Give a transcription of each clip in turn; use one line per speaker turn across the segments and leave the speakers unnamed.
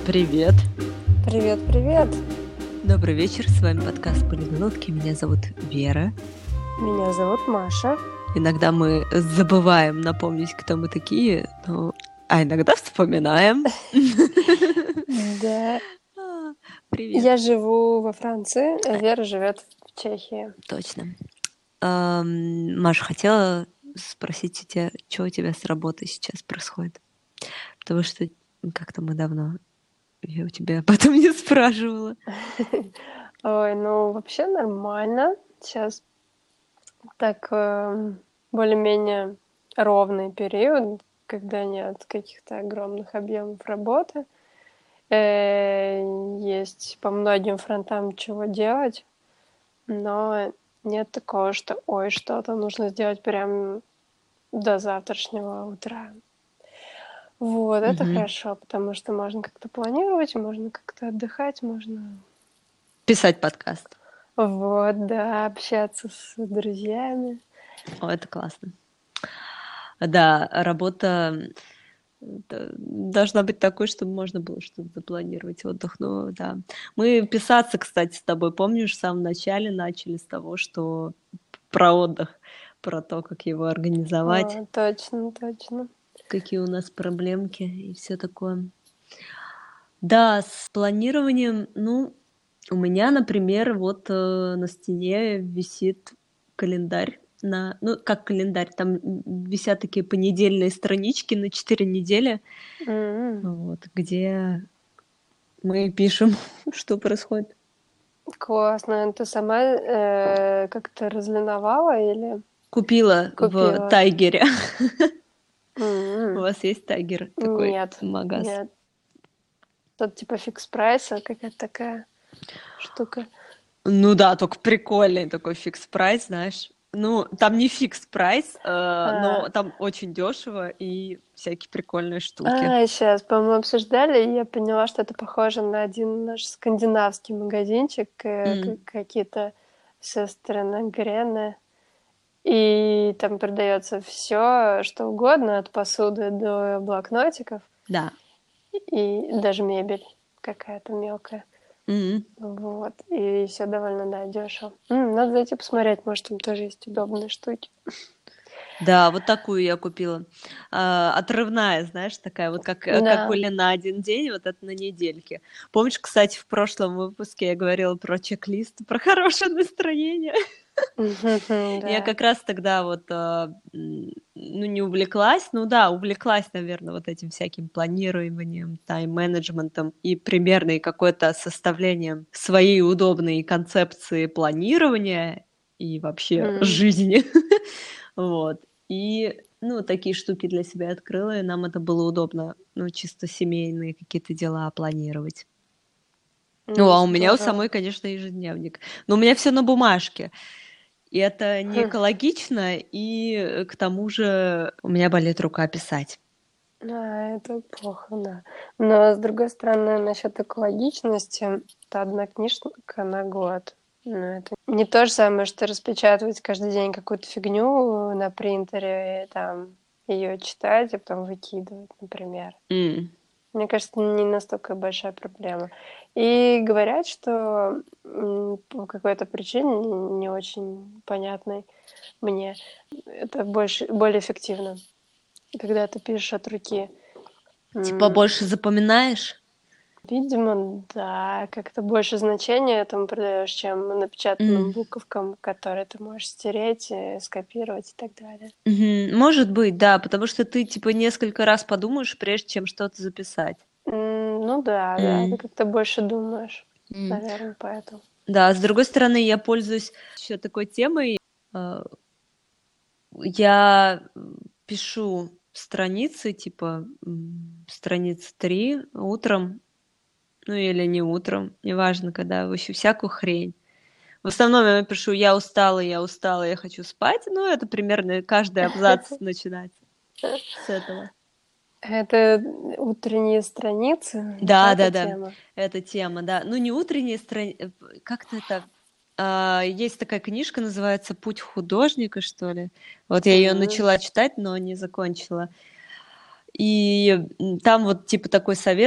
Привет.
Привет, привет.
Добрый вечер. С вами подкаст «Полиглотки». Меня зовут Вера.
Меня зовут Маша.
Иногда мы забываем напомнить, кто мы такие, а иногда вспоминаем.
Да.
Привет.
Я живу во Франции, а Вера живет в Чехии.
Точно. Маша, хотела спросить у тебя, что у тебя с работой сейчас происходит? Потому что как-то мы давно... Я у тебя потом не спрашивала.
Ой, ну вообще нормально. Сейчас так более-менее ровный период, когда нет каких-то огромных объемов работы. Есть по многим фронтам чего делать, но нет такого, что ой, что-то нужно сделать прям до завтрашнего утра. Вот, это хорошо, потому что можно как-то планировать, можно как-то отдыхать, можно...
Писать подкаст.
Вот, да, общаться с друзьями.
О, это классно. Да, работа должна быть такой, чтобы можно было что-то запланировать, отдых. Ну, да. Мы писаться, кстати, с тобой, помнишь, в самом начале начали с того, что про отдых, про то, как его организовать.
Точно, точно.
Какие у нас проблемки и все такое. Да, с планированием, ну, у меня, например, вот на стене висит календарь. Ну, как календарь, там висят такие понедельные странички на 4 недели, вот, где мы пишем, что происходит.
Классно. Ты сама как-то разлиновала или
Купила
купила?
в Тайгере.
М-м.
У вас есть Тайгер такой
Нет,
магаз?
нет. Тут типа фикс прайса какая-то такая штука.
Ну да, только прикольный такой фикс прайс, знаешь. Ну, там не фикс прайс, но там очень дешево и всякие прикольные штуки.
Сейчас, по-моему, обсуждали, и я поняла, что это похоже на один наш скандинавский магазинчик, какие-то сестры Грены. И там продается все, что угодно, от посуды до блокнотиков.
Да.
И даже мебель какая-то мелкая. Вот. И все довольно, да, дешево. Надо зайти посмотреть, может, там тоже есть удобные штуки.
Да, вот такую я купила. Отрывная, знаешь, такая вот, как были на один день, вот это на недельке. Помнишь, кстати, в прошлом выпуске я говорила про чек-лист, про хорошее настроение? Я как раз тогда вот, ну, не увлеклась, ну да, увлеклась, наверное, вот этим всяким планированием, тайм-менеджментом и примерной какой-то составлением своей удобной концепции планирования и вообще жизни. Вот. И, ну, такие штуки для себя открыла, и нам это было удобно, ну, чисто семейные какие-то дела планировать. Ну, а у меня у самой, конечно, ежедневник. Но у меня все на бумажке. И это не экологично, и к тому же у меня болит рука писать.
Это плохо, да. Но, с другой стороны, насчет экологичности, это одна книжка на год. Но это не то же самое, что распечатывать каждый день какую-то фигню на принтере, и там ее читать, а потом выкидывать, например. Мне кажется, не настолько большая проблема. И говорят, что по какой-то причине, не очень понятной мне, это более эффективно, когда ты пишешь от руки.
Типа больше запоминаешь?
Видимо, да, как-то больше значения этому придаешь, чем напечатанным буковкам, которые ты можешь стереть, скопировать и так далее.
Может быть, да, потому что ты типа несколько раз подумаешь, прежде чем что-то записать.
Ну да, ты как-то больше думаешь, наверное, поэтому.
Да, с другой стороны, я пользуюсь еще такой темой. Я пишу страницы, типа страницы 3 утром, ну или не утром, неважно, когда, в общем, всякую хрень. В основном я пишу «я устала, я хочу спать», ну это примерно каждый абзац начинается с этого.
Это утренние страницы?
Да,
Тема?
это тема, да. Ну не утренние страницы, как-то это... Есть такая книжка, называется «Путь художника», что ли. Вот я ее начала читать, но не закончила. И там вот типа такой совет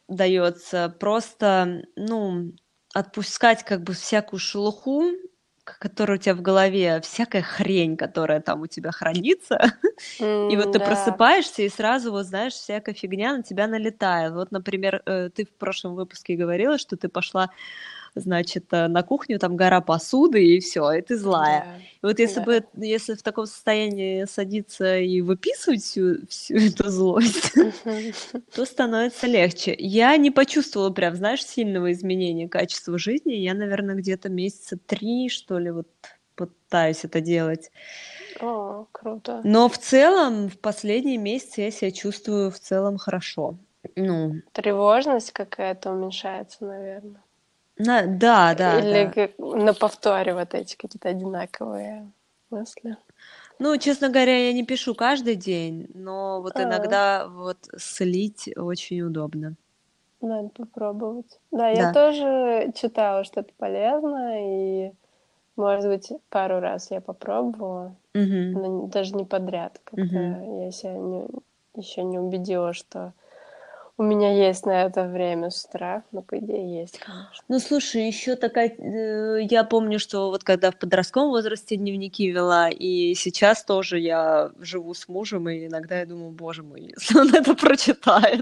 дается просто, ну, отпускать как бы всякую шелуху, которая у тебя в голове, всякая хрень, которая там у тебя хранится. И вот ты
Да.
просыпаешься, и сразу, вот знаешь, всякая фигня на тебя налетает. Вот, например, ты в прошлом выпуске говорила, что ты пошла, значит, на кухню, там гора посуды, и все, и ты злая.
Да,
И вот если в таком состоянии садиться и выписывать всю эту злость,
Мгм.
то становится легче. Я не почувствовала прям, знаешь, сильного изменения качества жизни. Я, наверное, где-то месяца 3, что ли, вот пытаюсь это делать.
О, круто.
Но в целом, в последние месяцы я себя чувствую в целом хорошо. Ну,
Тревожность какая-то уменьшается, наверное.
да, да,
Или
да.
на повторе вот эти какие-то одинаковые мысли.
Ну, честно говоря, я не пишу каждый день, но вот
А,
иногда вот слить очень удобно.
надо попробовать. Да, я
Да.
тоже читала что-то полезное, и, может быть, пару раз я попробовала,
Мгм.
но даже не подряд. Как-то
Мгм.
я себя еще не убедила, что у меня есть на это время с утра. Но, по идее, есть, конечно.
Ну, слушай, еще такая, я помню, что вот когда в подростковом возрасте дневники вела, и сейчас тоже я живу с мужем, и иногда я думаю, боже мой, если он это прочитает,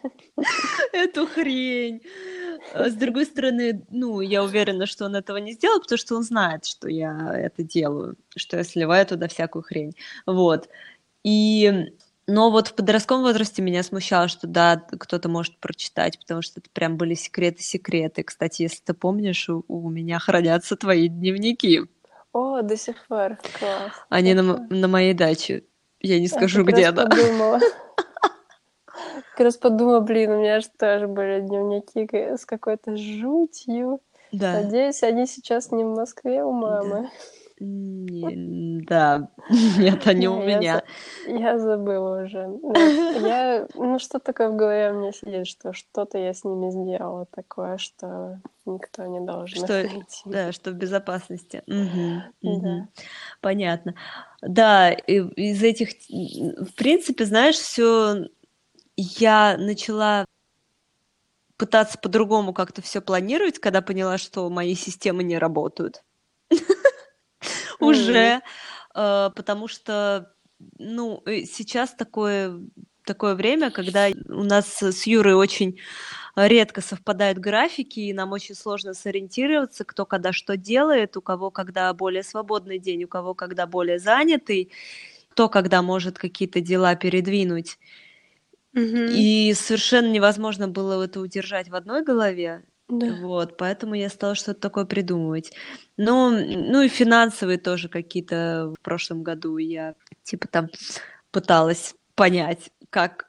эту хрень. А с другой стороны, ну, я уверена, что он этого не сделал, потому что он знает, что я это делаю, что я сливаю туда всякую хрень. Вот. И но вот в подростковом возрасте меня смущало, что да, кто-то может прочитать, потому что это прям были секреты-секреты. Кстати, если ты помнишь, у меня хранятся твои дневники.
О, до сих пор. Класс.
Они
Хорошо.
на моей даче. Я не
Я
скажу,
как
где
раз
она.
подумала. Как раз подумала, блин, у меня же тоже были дневники с какой-то жутью.
Да,
Надеюсь, они сейчас не в Москве у
да.
мамы.
Да, нет, они
Да,
у меня.
я забыла уже. Да, ну, что такое в голове у меня сидит, что что-то я с ними сделала такое, что никто не должен их
Что,
найти.
да, что в безопасности. Мгм, мгм.
Да.
Понятно. Да, из этих, в принципе, знаешь, все я начала пытаться по-другому как-то все планировать, когда поняла, что мои системы не работают
М,
уже, потому что, ну, сейчас такое время, когда у нас с Юрой очень редко совпадают графики, и нам очень сложно сориентироваться, кто когда что делает, у кого когда более свободный день, у кого когда более занятый, кто когда может какие-то дела передвинуть.
мгм.
И совершенно невозможно было это удержать в одной голове.
Да.
Вот, поэтому я стала что-то такое придумывать. Ну и финансовые тоже какие-то в прошлом году я типа там пыталась понять, как,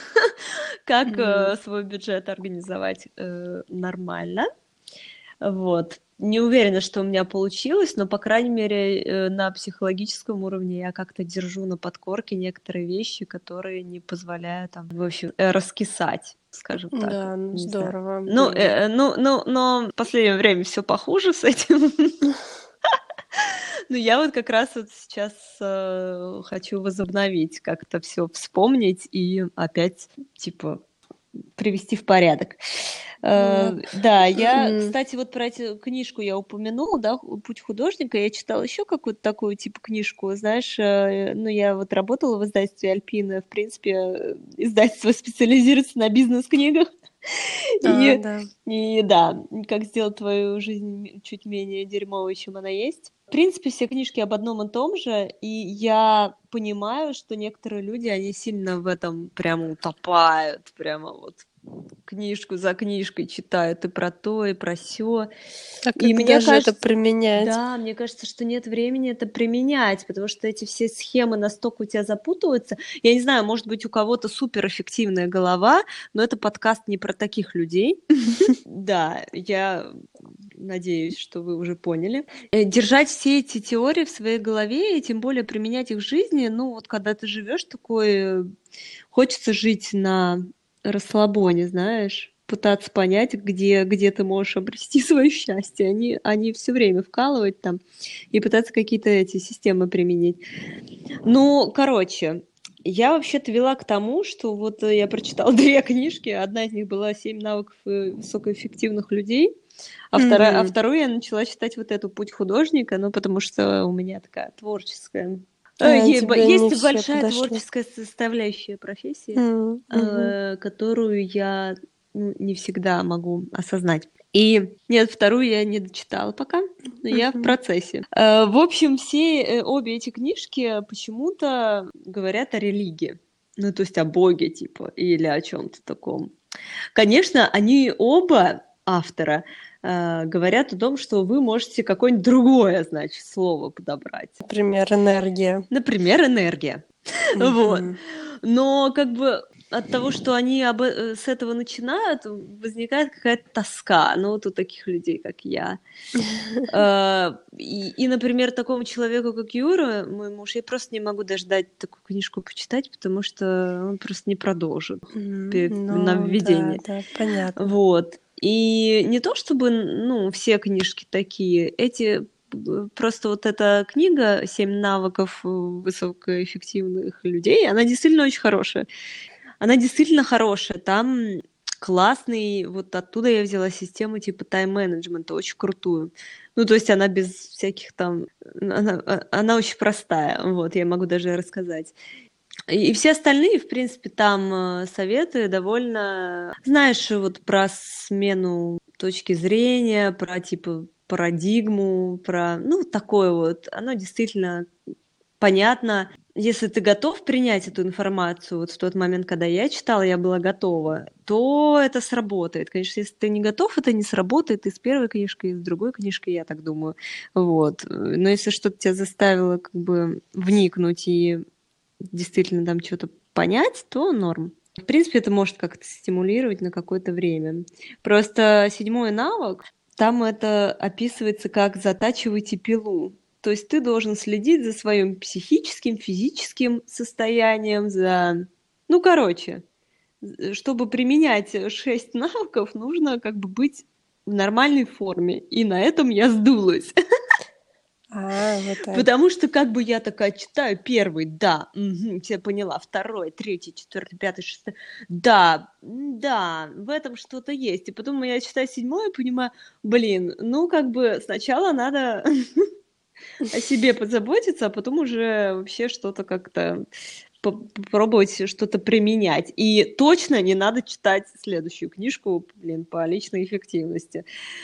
как
Мгм.
свой бюджет организовать нормально. Вот. Не уверена, что у меня получилось, но, по крайней мере, на психологическом уровне я как-то держу на подкорке некоторые вещи, которые не позволяют там, в общем, раскисать, скажем так.
Да, ну
Не знаю.
здорово,
Ну,
блин.
но в последнее время все похуже с этим. Ну, я вот как раз вот сейчас хочу возобновить, как-то все вспомнить и опять, типа, привести в порядок.
Да.
Да, я,
М.
кстати, вот про эту книжку я упомянула, да, «Путь художника». Я читала еще какую-то такую типа книжку, знаешь, ну, я вот работала в издательстве «Альпина», в принципе, издательство специализируется на бизнес-книгах.
А,
И,
да.
и да, как сделать твою жизнь чуть менее дерьмовой, чем она есть. В принципе, все книжки об одном и том же, и я понимаю, что некоторые люди, они сильно в этом прямо утопают, прямо вот книжку за книжкой читают и про то, и про сё.
А
И
когда
мне
же это
кажется,
применять?
да, мне кажется, что нет времени это применять, потому что эти все схемы настолько у тебя запутываются. Я не знаю, может быть, у кого-то суперэффективная голова, но это подкаст не про таких людей. Да, я надеюсь, что вы уже поняли. Держать все эти теории в своей голове и тем более применять их в жизни, ну вот когда ты живешь такой, хочется жить на расслабоне, знаешь, пытаться понять, где ты можешь обрести свое счастье, они все время вкалывать там и пытаться какие-то эти системы применить. Ну, короче, Я вообще-то вела к тому, что вот я прочитала 2 книжки. Одна из них была «7 навыков высокоэффективных людей», а вторую я начала читать вот эту «Путь художника», ну, потому что у меня такая творческая.
Тебе не
Есть
все
большая
подошли.
творческая составляющая профессии, которую я не всегда могу осознать. И нет, вторую я не дочитала пока, но я в процессе. В общем, обе эти книжки почему-то говорят о религии. Ну, то есть о Боге, типа, или о чем-то таком. Конечно, они оба автора говорят о том, что вы можете какое-нибудь другое, значит, слово подобрать.
Например, энергия.
Например, энергия. Вот. Но как бы от того, что они с этого начинают, возникает какая-то тоска. Ну, вот у таких людей, как я. Например, такому человеку, как Юра, мой муж, я просто не могу даже дать такую книжку почитать, потому что он просто не продолжит на введение.
Да, понятно.
Вот. И не то чтобы, все книжки такие, просто вот эта книга «7 навыков высокоэффективных людей», она действительно очень хорошая. Она действительно хорошая. Там классный, вот оттуда я взяла систему типа тайм-менеджмента, очень крутую. Ну, то есть она без всяких там... Она очень простая, вот, я могу даже рассказать. И все остальные, в принципе, там советы довольно... Знаешь, вот про смену точки зрения, про, типа, парадигму, про... Ну, такое вот. Оно действительно понятно. Если ты готов принять эту информацию, вот в тот момент, когда я читала, я была готова, то это сработает. Конечно, если ты не готов, это не сработает и с первой книжкой, и с другой книжкой, я так думаю. Вот. Но если что-то тебя заставило как бы вникнуть и действительно там что-то понять, то норм. В принципе, это может как-то стимулировать на какое-то время. Просто 7 навык, там это описывается как «затачивайте пилу». То есть ты должен следить за своим психическим, физическим состоянием, Ну, короче, чтобы применять 6 навыков, нужно как бы быть в нормальной форме. И на этом я сдулась.
Вот так.
Потому что как бы я такая читаю первый, да, я поняла, второй, третий, четвертый, пятый, шестой, да, в этом что-то есть. И потом я читаю 7 и понимаю, ну как бы сначала надо о себе позаботиться, а потом уже вообще что-то как-то попробовать что-то применять. И точно не надо читать следующую книжку, по личной эффективности.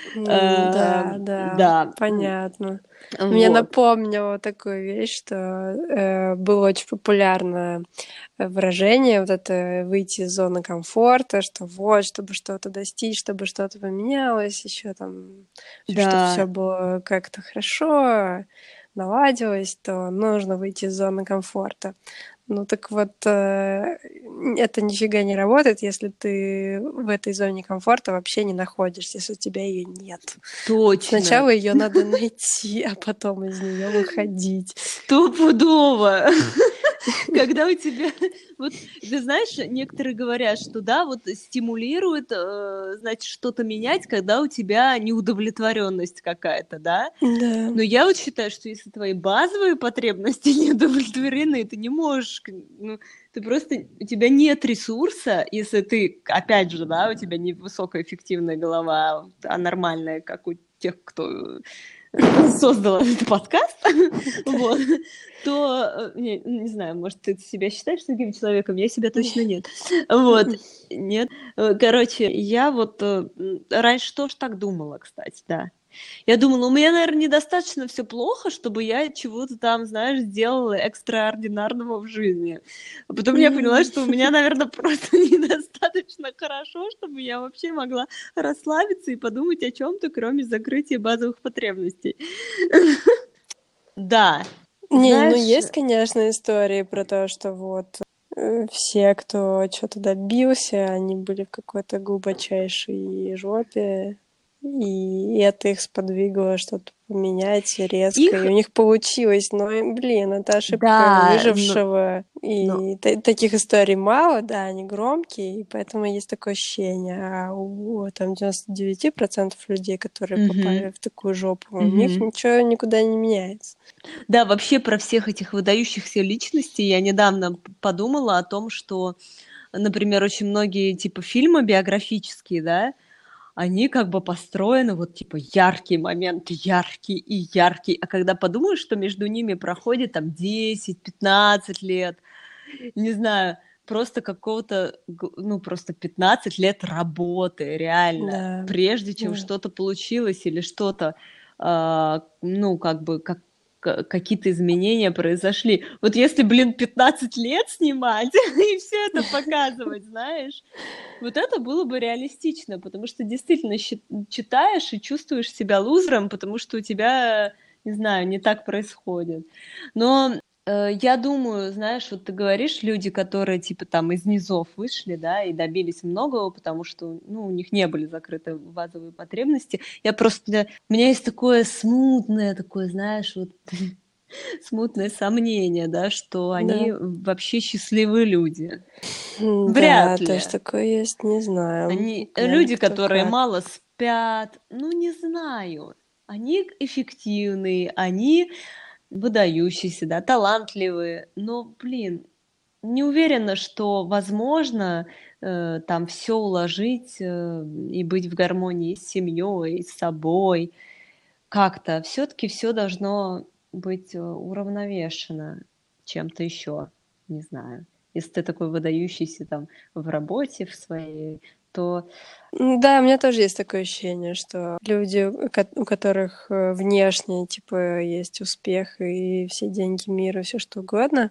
Да, понятно. Мне
Вот.
напомнило такую вещь, что было очень популярное выражение, вот это выйти из зоны комфорта, что вот, чтобы что-то достичь, чтобы что-то поменялось, еще там, чтобы все было как-то хорошо, наладилось, то нужно выйти из зоны комфорта. Ну так вот, это нифига не работает, если ты в этой зоне комфорта вообще не находишься, если у тебя ее нет.
Точно.
Сначала ее надо найти, а потом из нее выходить.
Стопудово. Когда у тебя... Вот, ты знаешь, некоторые говорят, что да, вот стимулирует, значит, что-то менять, когда у тебя неудовлетворенность какая-то, да?
Да.
Но я вот считаю, что если твои базовые потребности не удовлетворены, ты не можешь... ты просто... У тебя нет ресурса, если ты, опять же, да, у тебя не высокоэффективная голова, а нормальная, как у тех, кто создала этот подкаст, вот, то, не знаю, может, ты себя считаешь таким человеком? Я себя точно нет. Вот, нет. Короче, я вот раньше тоже так думала, кстати, да. Я думала, у меня, наверное, недостаточно все плохо, чтобы я чего-то там, знаешь, сделала экстраординарного в жизни. А потом я поняла, что у меня, наверное, просто недостаточно хорошо, чтобы я вообще могла расслабиться и подумать о чем-то, кроме закрытия базовых потребностей. Да.
Ну есть, конечно, истории про то, что вот все, кто что-то добился, они были в какой-то глубочайшей жопе, и это их сподвигло что-то поменять резко,
Их,
и у них получилось. Но, блин, это ошибка
да,
выжившего,
но
и таких историй мало, да, они громкие, и поэтому есть такое ощущение. А у там 99% людей, которые
мгм,
попали в такую жопу, у них
мгм.
ничего никуда не меняется.
Да, вообще про всех этих выдающихся личностей я недавно подумала о том, что, например, очень многие типа фильмы биографические, да, они как бы построены вот типа яркий момент, яркий и яркий, а когда подумаешь, что между ними проходит там 10-15 лет, не знаю, просто какого-то, ну, просто 15 лет работы, реально,
Да,
прежде чем
да.
что-то получилось или что-то, ну, как бы, какие-то изменения произошли. Вот если, блин, 15 лет снимать и все это показывать, знаешь, вот это было бы реалистично, потому что действительно читаешь и чувствуешь себя лузером, потому что у тебя, не знаю, не так происходит. Но я думаю, знаешь, вот ты говоришь, люди, которые типа там из низов вышли, да, и добились многого, потому что, ну, у них не были закрыты базовые потребности. Я просто, у меня есть такое смутное, такое, знаешь, вот смутное сомнение, да, что они
Да.
вообще счастливые люди.
Да,
Вряд
тоже
ли.
такое есть, не знаю.
Они
Прям
люди,
кто
которые
как.
мало спят, ну, не знаю. Они эффективные, они выдающиеся, да, талантливые, но, блин, не уверена, что возможно там все уложить и быть в гармонии с семьей, с собой. Как-то все-таки все должно быть уравновешено чем-то еще, не знаю. Если ты такой выдающийся там в работе в своей, то
Да, у меня тоже есть такое ощущение, что люди, у которых внешне, типа, есть успех и все деньги мира, все что угодно,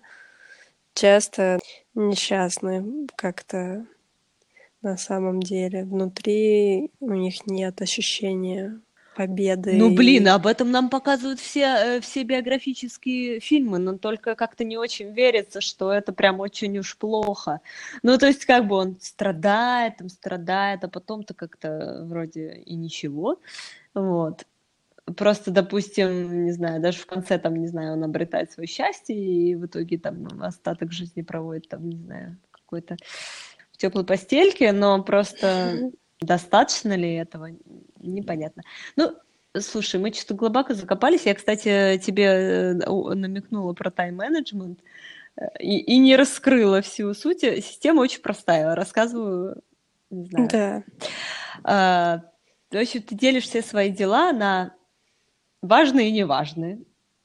часто несчастны как-то на самом деле. Внутри у них нет ощущения
ну, блин,
победы.
об этом нам показывают все биографические фильмы, но только как-то не очень верится, что это прям очень уж плохо. Ну, то есть, как бы он страдает, а потом-то как-то вроде и ничего. Вот. Просто, допустим, не знаю, даже в конце, там, не знаю, он обретает свое счастье и в итоге там остаток жизни проводит, там, не знаю, какой-то в теплой постельке, но просто достаточно ли этого, непонятно. Ну, слушай, мы что-то глубоко закопались. Я, кстати, тебе намекнула про тайм-менеджмент и не раскрыла всю суть. Система очень простая. Рассказываю, не знаю.
Да,
А, В общем, ты делишь все свои дела на важные и неважные.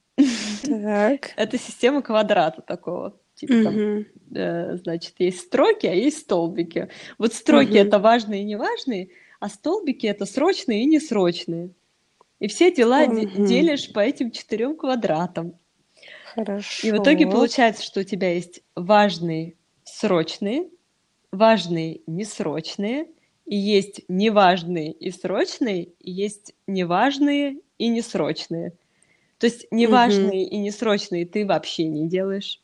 так.
Это система квадрата такого. Типа там,
Угу,
значит, есть строки, а есть столбики. Вот строки
угу,
это важные и неважные, а столбики это срочные и несрочные. И все дела
угу.
делишь по этим 4 квадратам. И в итоге
Хорошо.
получается, что у тебя есть важные срочные, важные несрочные, и есть неважные и срочные, и есть неважные и несрочные. То есть
Угу.
неважные и несрочные ты вообще не делаешь.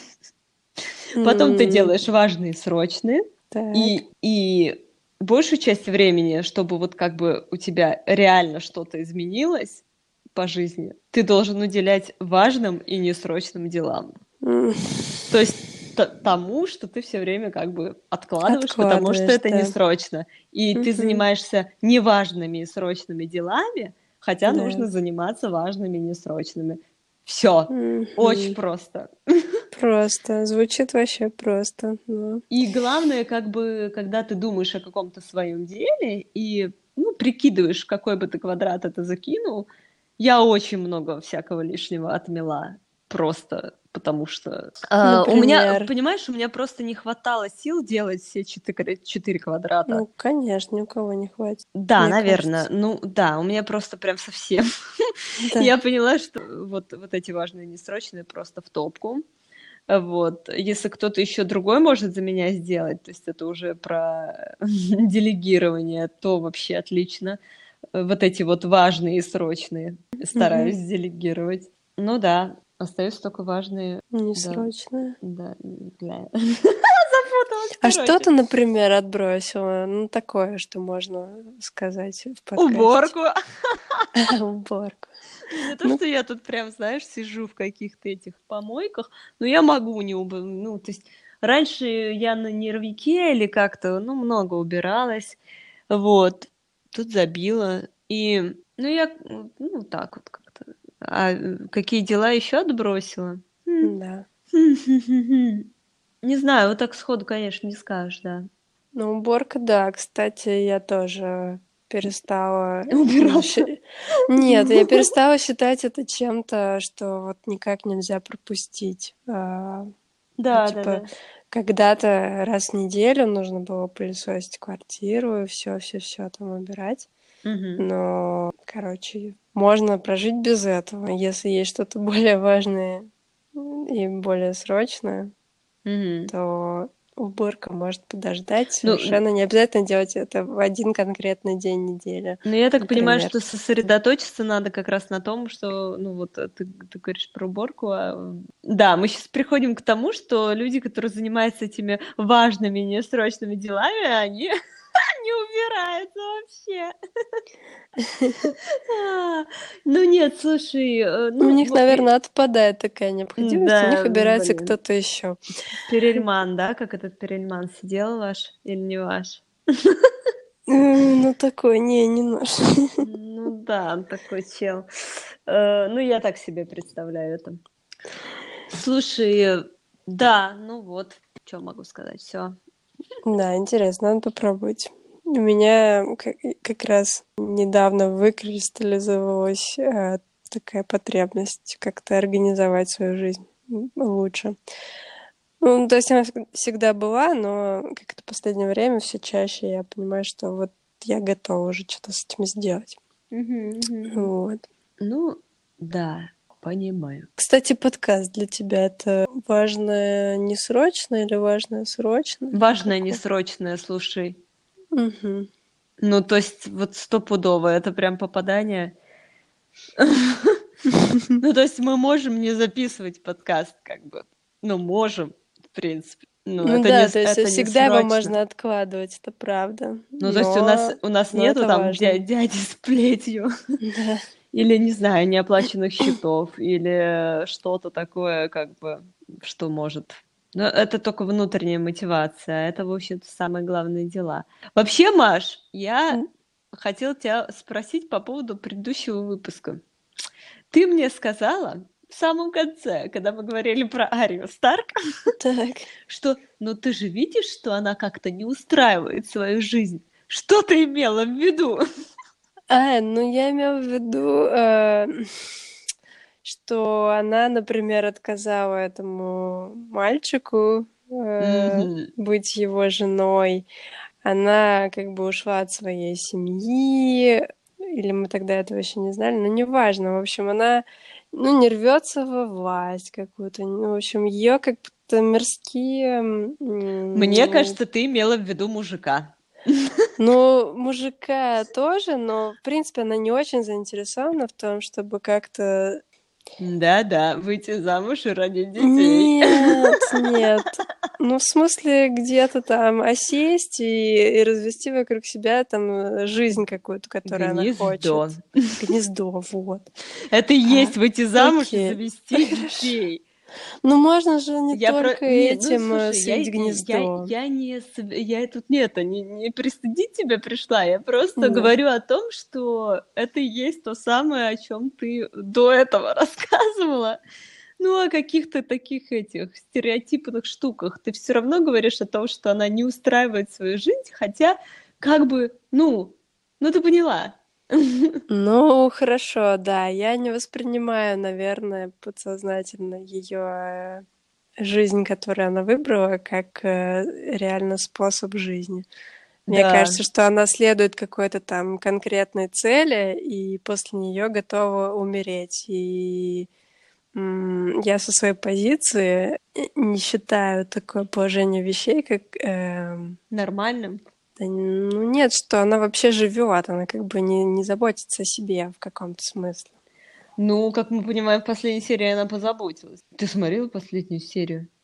Потом ты делаешь важные и срочные.
Так.
И большую часть времени, чтобы вот как бы у тебя реально что-то изменилось по жизни, ты должен уделять важным и несрочным делам.
М,
То есть тому, что ты все время как бы откладываешь, потому что
Откладываешь,
это
да.
несрочно. И ты
Мгм.
занимаешься неважными и срочными делами, хотя
Да.
нужно заниматься важными и несрочными. Все. Очень
Мгм.
просто.
Просто. Звучит вообще просто. Ну.
И главное, как бы, когда ты думаешь о каком-то своем деле и, ну, прикидываешь, в какой бы ты квадрат это закинул, я очень много всякого лишнего отмела. Просто потому что у меня,
Например.
понимаешь, у меня просто не хватало сил делать все 4 квадрата.
Ну, конечно, ни у кого не хватит,
Да,
мне
наверное.
кажется.
Ну, да, у меня просто прям совсем.
Да.
Я поняла, что вот эти важные несрочные просто в топку. Вот. Если кто-то еще другой может за меня сделать, то есть это уже про делегирование, то вообще отлично. Вот эти вот важные и срочные
Мгм.
стараюсь делегировать. Ну да, остаются только важные, да,
Несрочно.
да, бля. Вот,
А что
короче.
ты, например, отбросила? Ну, такое, что можно сказать в подкасте.
Уборку.
Уборку.
Ну, не то,
Ну,
что я тут прям, знаешь, сижу в каких-то этих помойках, но я могу не убрать. Ну, то есть раньше я на нервике или как-то, ну, много убиралась. Вот. Тут забила. И, ну, я, ну, так вот как-то. А какие дела еще отбросила?
да.
Не знаю, вот так сходу, конечно, не скажешь, да.
Ну, уборка, да. Кстати, я тоже перестала...
Убираться.
Нет, я перестала считать это чем-то, что вот никак нельзя пропустить. Ну,
Да, да,
типа,
да.
когда-то раз в неделю нужно было пылесосить квартиру и все там убирать.
Мгм.
Но, короче, можно прожить без этого, если есть что-то более важное и более срочное,
Мгм.
то уборка может подождать.
Ну,
Совершенно не обязательно делать это в один конкретный день недели,
ну, я так понимаю,
например.
что сосредоточиться надо как раз на том, что, ну, вот ты говоришь про уборку. Да, мы сейчас приходим к тому, что люди, которые занимаются этими важными, несрочными делами, они не убираются вообще. А, Ну нет, слушай,
У них, наверное, отпадает такая необходимость, у них
да,
убирается
блин,
кто-то еще.
Перельман, да, как этот Перельман сидел ваш или не ваш?
Ну, такой, не наш.
Ну да, он такой чел. Ну, я так себе представляю это. Слушай, да, ну вот, что могу сказать, все.
Да, интересно, надо попробовать. У меня как раз недавно выкристаллизовалась такая потребность как-то организовать свою жизнь лучше. Ну, то есть она всегда была, но как-то в последнее время все чаще я понимаю, что вот я готова уже что-то с этим сделать. Вот.
Ну, да, понимаю.
Кстати, подкаст для тебя это важное не срочно или важное срочно?
Важное,
Какое?
несрочное, слушай.
Угу.
Ну, то есть, вот стопудово, это прям попадание. Ну, то есть мы можем не записывать подкаст, как бы. Ну, можем, в принципе. Ну,
Ну да, то есть
это не
всегда его
срочно.
можно откладывать, это правда.
Ну, то есть у нас
Но
нету
это
там
важно.
дяди с плетью
Да.
или, не знаю, неоплаченных счетов или что-то такое, как бы, что может. Но это только внутренняя мотивация, а это, в общем-то, самые главные дела. Вообще, Маш, я хотела тебя спросить по поводу предыдущего выпуска. Ты мне сказала в самом конце, когда мы говорили про Арию Старк,
Так.
что, ну ты же видишь, что она как-то не устраивает свою жизнь. Что ты имела в виду?
Ну я имела в виду, что она, например, отказала этому мальчику
Мгм.
быть его женой. Она как бы ушла от своей семьи, или мы тогда этого еще не знали, но неважно. В общем, она, ну, не рвется во власть какую-то. Ну, в общем, ее как-то мирские...
Мне кажется, ты имела в виду мужика.
Ну, мужика тоже, но, в принципе, она не очень заинтересована в том, чтобы как-то...
Да-да, выйти замуж и родить детей.
Нет. Ну, в смысле, где-то там осесть и развести вокруг себя там жизнь какую-то, которую она хочет.
Гнездо.
Гнездо, вот.
Это и есть выйти замуж и
Окей.
завести
Хорошо.
детей.
Ну, можно же не только
Не, ну
этим
слушай,
свить гнездо.
я тут не пристыдить тебя пришла, я просто
Да.
говорю о том, что это и есть то самое, о чем ты до этого рассказывала. Ну, о каких-то таких этих стереотипных штуках. Ты все равно говоришь о том, что она не устраивает свою жизнь, хотя как бы, ну ты поняла.
Ну, хорошо, да. Я не воспринимаю, наверное, подсознательно ее жизнь, которую она выбрала, как реально способ жизни. Мне
Да,
кажется, что она следует какой-то там конкретной цели и после нее готова умереть. И я со своей позиции не считаю такое положение вещей, как...
нормальным.
да, ну нет, что она вообще живет, она как бы не заботится о себе в каком-то смысле.
Ну, как мы понимаем, в последней серии она позаботилась. Ты смотрела последнюю серию?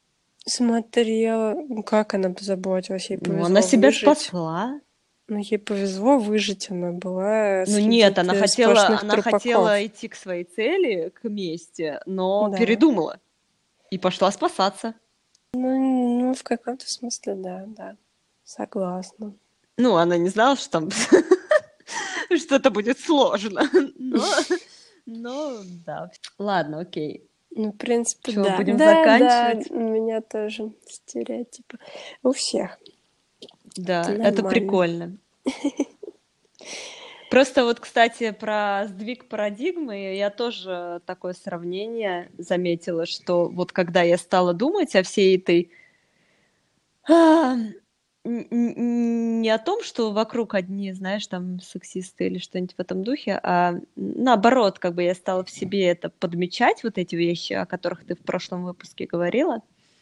Смотрела, как она позаботилась, ей
Ну, она
повезло
себя
выжить.
спасла.
Ну, ей повезло выжить, она была
Ну нет,
среди сплошных
она хотела
трупаков.
идти к своей цели, к мести, но
Да.
передумала и пошла спасаться.
Ну, в каком-то смысле, да, да. Согласна.
Ну, она не знала, что там что это будет сложно, но да. Ладно, окей.
Ну, в принципе,
Что,
да.
будем
Да, да,
заканчивать?
у меня тоже стереотипы. У всех. Это
Да, это
нормально.
прикольно. Просто вот, кстати, про сдвиг парадигмы я тоже такое сравнение заметила, что вот когда я стала думать о всей этой а, не о том, что вокруг одни, знаешь, там сексисты или что-нибудь в этом духе, а наоборот, как бы я стала в себе это подмечать, вот эти вещи, о которых ты в прошлом выпуске говорила,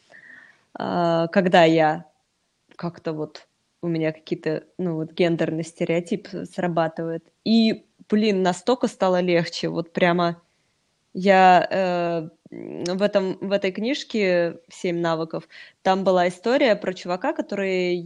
когда я как-то вот у меня какие-то, ну, вот гендерный стереотип срабатывает. И, блин, настолько стало легче. Вот прямо я в этой книжке «7 навыков» там была история про чувака, который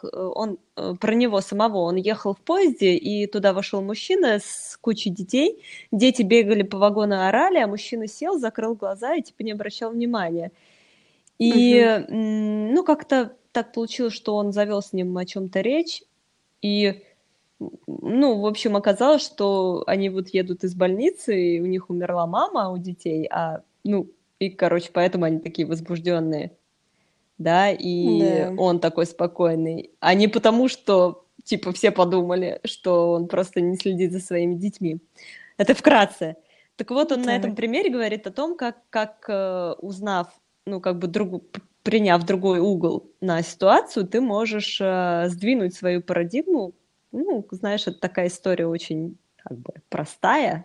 про него самого. Он ехал в поезде, и туда вошел мужчина с кучей детей. Дети бегали по вагону, орали, а мужчина сел, закрыл глаза и типа не обращал внимания. И,
Мгм.
ну, как-то так получилось, что он завел с ним о чем-то речь, и, ну, в общем, оказалось, что они вот едут из больницы, и у них умерла мама у детей, ну, и, короче, поэтому они такие возбужденные, да, и
Да,
он такой спокойный, а не потому, что, типа, все подумали, что он просто не следит за своими детьми. Это вкратце. Так вот, он на этом
так.
примере говорит о том, как узнав, ну, как бы приняв другой угол на ситуацию, ты можешь сдвинуть свою парадигму. Ну, знаешь, это такая история очень как бы простая.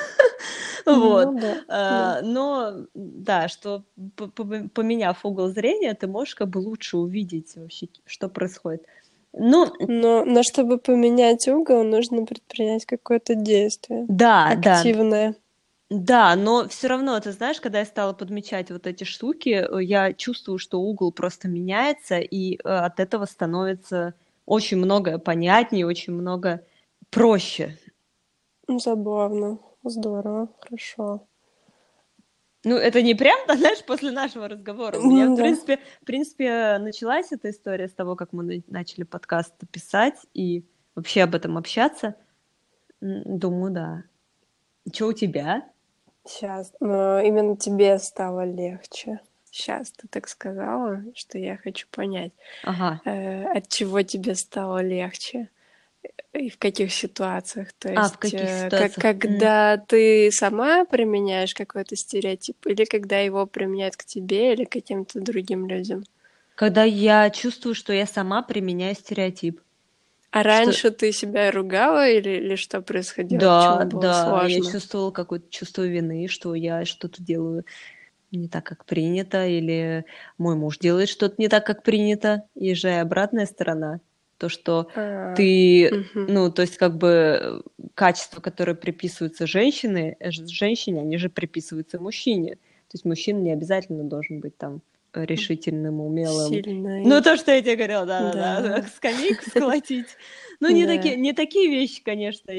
Вот.
Ну да, да.
Но да, что поменяв угол зрения, ты можешь как бы лучше увидеть вообще, что происходит. Ну,
Но чтобы поменять угол, нужно предпринять какое-то действие
да, да.
активное.
Да, но все равно, ты знаешь, когда я стала подмечать вот эти штуки, я чувствую, что угол просто меняется, и от этого становится очень многое понятнее, очень много проще.
Забавно. Здорово. Хорошо.
Ну, это не прям, да, знаешь, после нашего разговора. У меня,
Да.
в принципе, началась эта история с того, как мы начали подкаст писать и вообще об этом общаться. Думаю, да. Что у тебя?
Сейчас. Но именно тебе стало легче. Сейчас ты так сказала, что я хочу понять,
Ага.
от чего тебе стало легче и в каких ситуациях. То
В
есть,
каких ситуациях?
когда ты сама применяешь какой-то стереотип, или когда его применяют к тебе или к каким-то другим людям.
Когда я чувствую, что я сама применяю стереотип.
А
Что
раньше ты себя ругала или что происходило?
да,
Почему было
да, я
сложно?
чувствовала какое-то чувство вины, что я что-то делаю не так, как принято, или мой муж делает что-то не так, как принято. Есть же и обратная сторона. То, что
А,
ты,
мгм.
ну, то есть как бы качества, которые приписываются женщине, они же приписываются мужчине. То есть мужчина не обязательно должен быть там решительным, умелым. Ну,
Сильной.
то, что я тебе говорила, да-да-да,
Да,
скамейку сколотить. Ну,
да.
не такие вещи, конечно,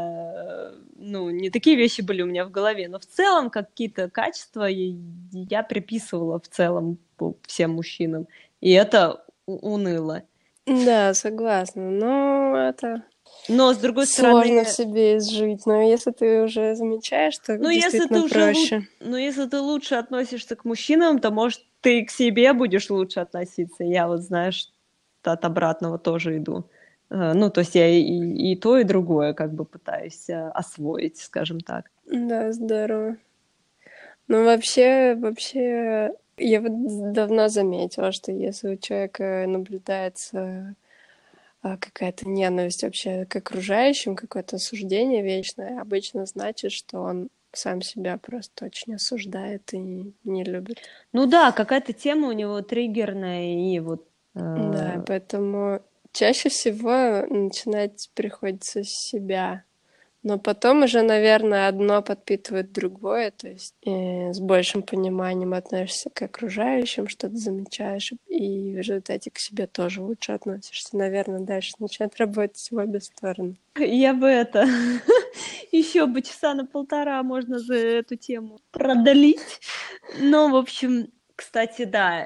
ну, не такие вещи были у меня в голове, но в целом какие-то качества я приписывала в целом всем мужчинам, и это уныло.
Да, согласна. Но это
Но, с другой
сложно в
стороны,
себе изжить. Но если ты уже замечаешь, то действительно проще.
если ты лучше относишься к мужчинам, то, может, ты и к себе будешь лучше относиться. Я вот, знаешь, от обратного тоже иду. Ну, то есть я и то, и другое как бы пытаюсь освоить, скажем так.
Да, здорово. Ну, вообще, я вот давно заметила, что если у человека наблюдается какая-то ненависть вообще к окружающим, какое-то осуждение вечное, обычно значит, что он сам себя просто очень осуждает и не любит.
Ну да, какая-то тема у него триггерная, и вот
Да, поэтому чаще всего начинать приходится с себя. Но потом уже, наверное, одно подпитывает другое, то есть с большим пониманием относишься к окружающим, что-то замечаешь, и в результате к себе тоже лучше относишься. Наверное, дальше начинает работать в обе стороны.
Я бы это... Еще бы часа на 1,5 можно за эту тему продалить. Но, в общем, кстати, да,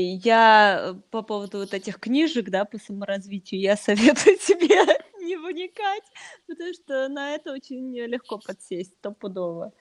я по поводу вот этих книжек, да, по саморазвитию, я советую тебе не вникать, потому что на это очень легко подсесть, стопудово.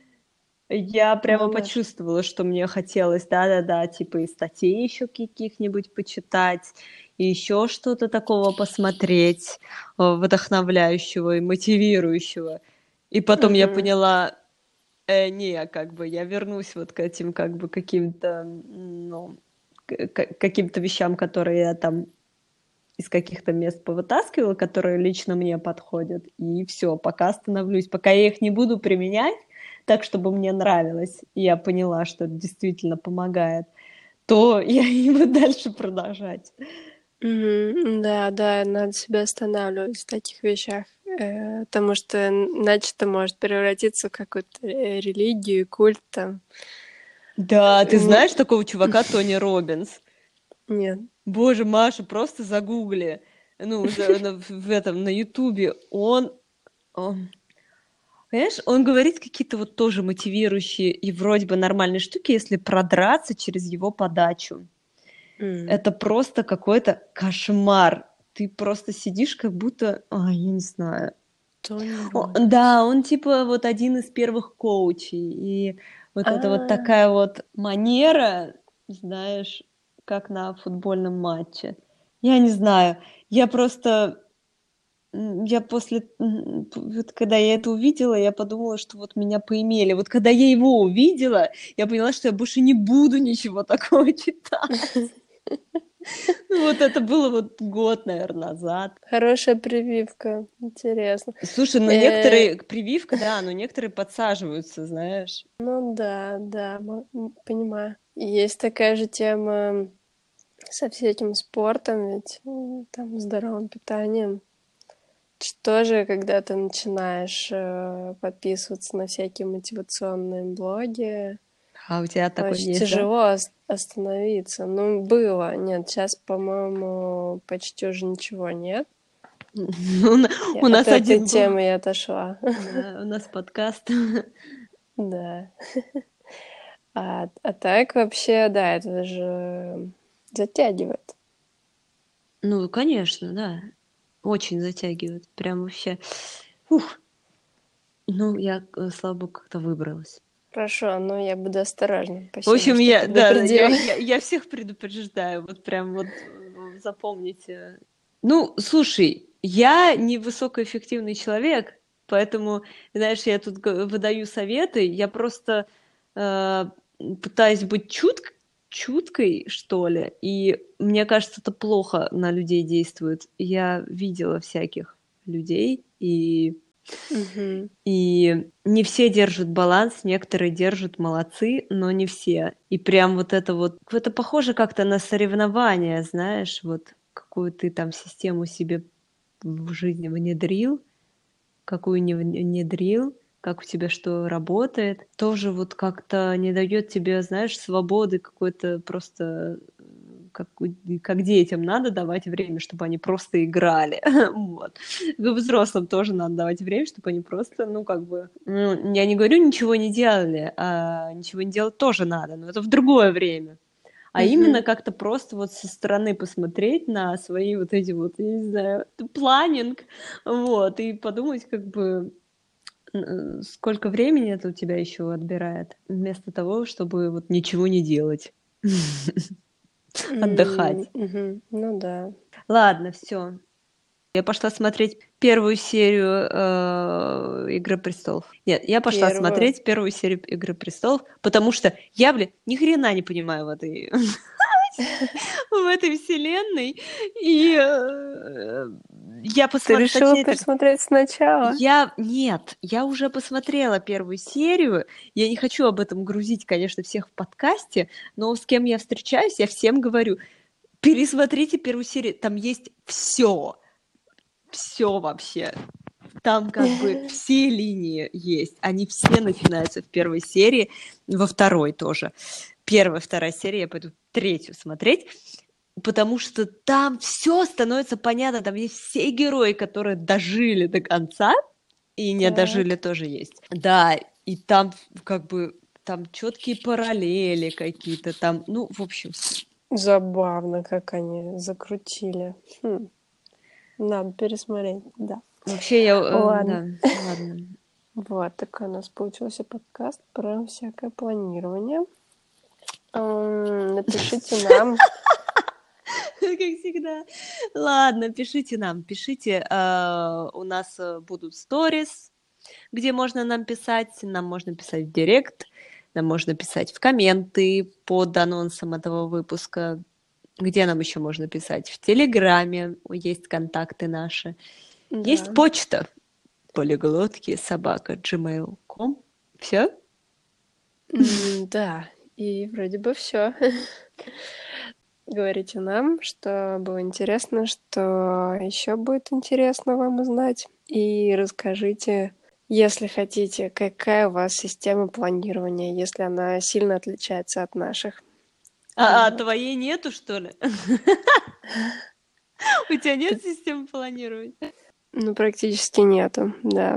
Я прямо
Ну, Маш,
почувствовала, что мне хотелось, да-да-да, типа и статей еще каких-нибудь почитать, и еще что-то такого посмотреть, вдохновляющего и мотивирующего. И потом я
мгм.
поняла, не, как бы я вернусь вот к этим как бы каким-то, ну, каким-то вещам, которые я там из каких-то мест повытаскивала, которые лично мне подходят, и все, пока остановлюсь, пока я их не буду применять так, чтобы мне нравилось, и я поняла, что это действительно помогает, то я не буду дальше продолжать.
Мгм. Да, да, надо себя останавливать в таких вещах, потому что иначе это может превратиться в какую-то религию, культ там.
Да, ты
Не-
знаешь такого чувака Тони Роббинс?
Нет.
Боже, Маша, просто загугли. Ну, в этом, на Ютубе. Он, понимаешь, он говорит какие-то вот тоже мотивирующие и вроде бы нормальные штуки, если продраться через его подачу.
М.
Это просто какой-то кошмар. Ты просто сидишь, как будто, ай, я не знаю.
Тони Роббинс.
Да, он типа вот один из первых коучей. И вот это вот
А,
такая вот манера, знаешь, как на футбольном матче. Я не знаю. Я просто, я после, вот когда я это увидела, я подумала, что вот меня поимели. Вот когда я его увидела, я поняла, что я больше не буду ничего такого читать. Ну, вот это было вот год, наверное, назад.
хорошая прививка. Интересно.
Слушай, ну
Э,
некоторые, прививка, да, но некоторые подсаживаются, знаешь.
ну да, да, понимаю. И есть такая же тема со всяким спортом, ведь там здоровым питанием. Что же, когда ты начинаешь подписываться на всякие мотивационные блоги,
А у тебя такой
очень
есть, да?
тяжело остановиться. Ну, было. Нет, сейчас, по-моему, почти уже ничего нет.
У на- у
От
нас
этой
один был.
темы я отошла.
Да, у нас подкаст.
Да. А так вообще, да, это же затягивает.
Ну, конечно, да. Очень затягивает. Прям вообще. Ух. Ну, я, слава богу, как-то выбралась.
Хорошо, но я буду осторожна.
В
Спасибо,
общем,
что
да,
предупредила.
я всех предупреждаю, вот прям вот запомните. Ну, слушай, я не высокоэффективный человек, поэтому, знаешь, я тут выдаю советы, я просто э, пытаюсь быть чуткой, что ли, и мне кажется, это плохо на людей действует. Я видела всяких людей,
Мгм.
и не все держат баланс, некоторые держат, молодцы, но не все. И прям вот это похоже как-то на соревнования, знаешь, вот какую ты там систему себе в жизни внедрил, какую не внедрил, как у тебя что работает, тоже вот как-то не дает тебе, знаешь, свободы какой-то просто как, как детям надо давать время, чтобы они просто играли. Вот. И взрослым тоже надо давать время, чтобы они просто, ну, как бы, ну, я не говорю, ничего не делали, а ничего не делать тоже надо, но это в другое время. А именно
Мгм.
как-то просто вот со стороны посмотреть на свои вот эти вот, я не знаю, планинг, вот, и подумать, как бы, сколько времени это у тебя еще отбирает, вместо того, чтобы вот ничего не делать, отдыхать.
Мгм. Ну да.
Ладно, все. Я пошла смотреть первую серию Игры престолов. Нет, я пошла
Первую.
смотреть первую серию Игры престолов, потому что я, блин, ни хрена не понимаю в этой вселенной. И я
Ты
посмотрела,
решила
точнее так,
пересмотреть сначала?
нет, я уже посмотрела первую серию. Я не хочу об этом грузить, конечно, всех в подкасте, но с кем я встречаюсь, я всем говорю, пересмотрите первую серию, там есть все вообще. Там как бы все линии есть. Они все начинаются в первой серии, во второй тоже. Первая, вторая серия, я пойду третью смотреть, потому что там все становится понятно. Там есть все герои, которые дожили до конца, и не дожили тоже есть. Да, и там как бы там четкие параллели какие-то, там, ну, в общем.
Забавно, как они закрутили. Надо пересмотреть, да.
Вообще, я...
Ладно.
Да, ладно.
Вот такой у нас получился подкаст про всякое планирование. Напишите нам.
Как всегда. Ладно, пишите нам. Пишите. У нас будут сторис, где можно нам писать. Нам можно писать в директ. Нам можно писать в комменты под анонсом этого выпуска. Где нам еще можно писать? В Телеграме есть контакты наши. Да. Есть почта polyglotki@gmail.com. Все?
Да, и вроде бы все. Говорите нам, что было интересно, что еще будет интересно вам узнать. И расскажите, если хотите, какая у вас система планирования, если она сильно отличается от наших.
А твоей нету, что ли? У тебя нет системы планирования?
Ну, практически нету, да.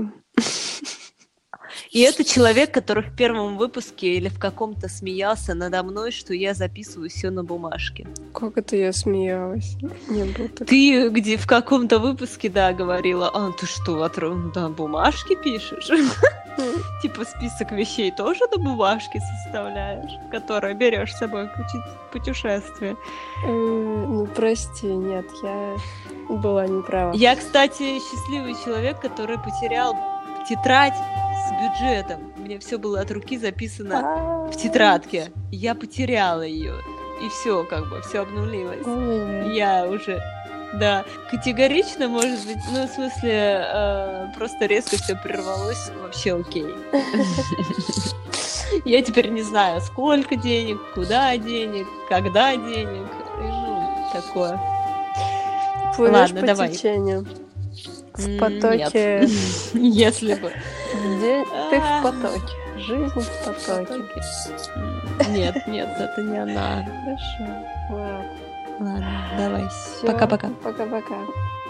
И это человек, который в первом выпуске или в каком-то смеялся надо мной, что я записываю все на бумажке.
Как это я смеялась? Не было так.
Ты где в каком-то выпуске, да, говорила, ты что, на бумажке пишешь? Типа список вещей тоже на бумажке составляешь, которые берешь с собой в путешествие.
Ну, прости, нет, я была неправа.
Я, кстати, счастливый человек, который потерял тетрадь с бюджетом. У меня все было от руки записано в тетрадке. Я потеряла ее. И все, как бы, все обнулилось. Я уже, да, категорично, может быть, ну, в смысле, просто резко все прервалось, вообще окей. Я теперь не знаю, сколько денег, куда денег, когда денег, ну, такое.
Ладно, давай. Течению. В потоке.
Нет. Если бы.
Ты в потоке. Жизнь в потоке.
Нет, это не она.
Хорошо.
Ладно, давай.
Всё.
Пока-пока.
Пока-пока.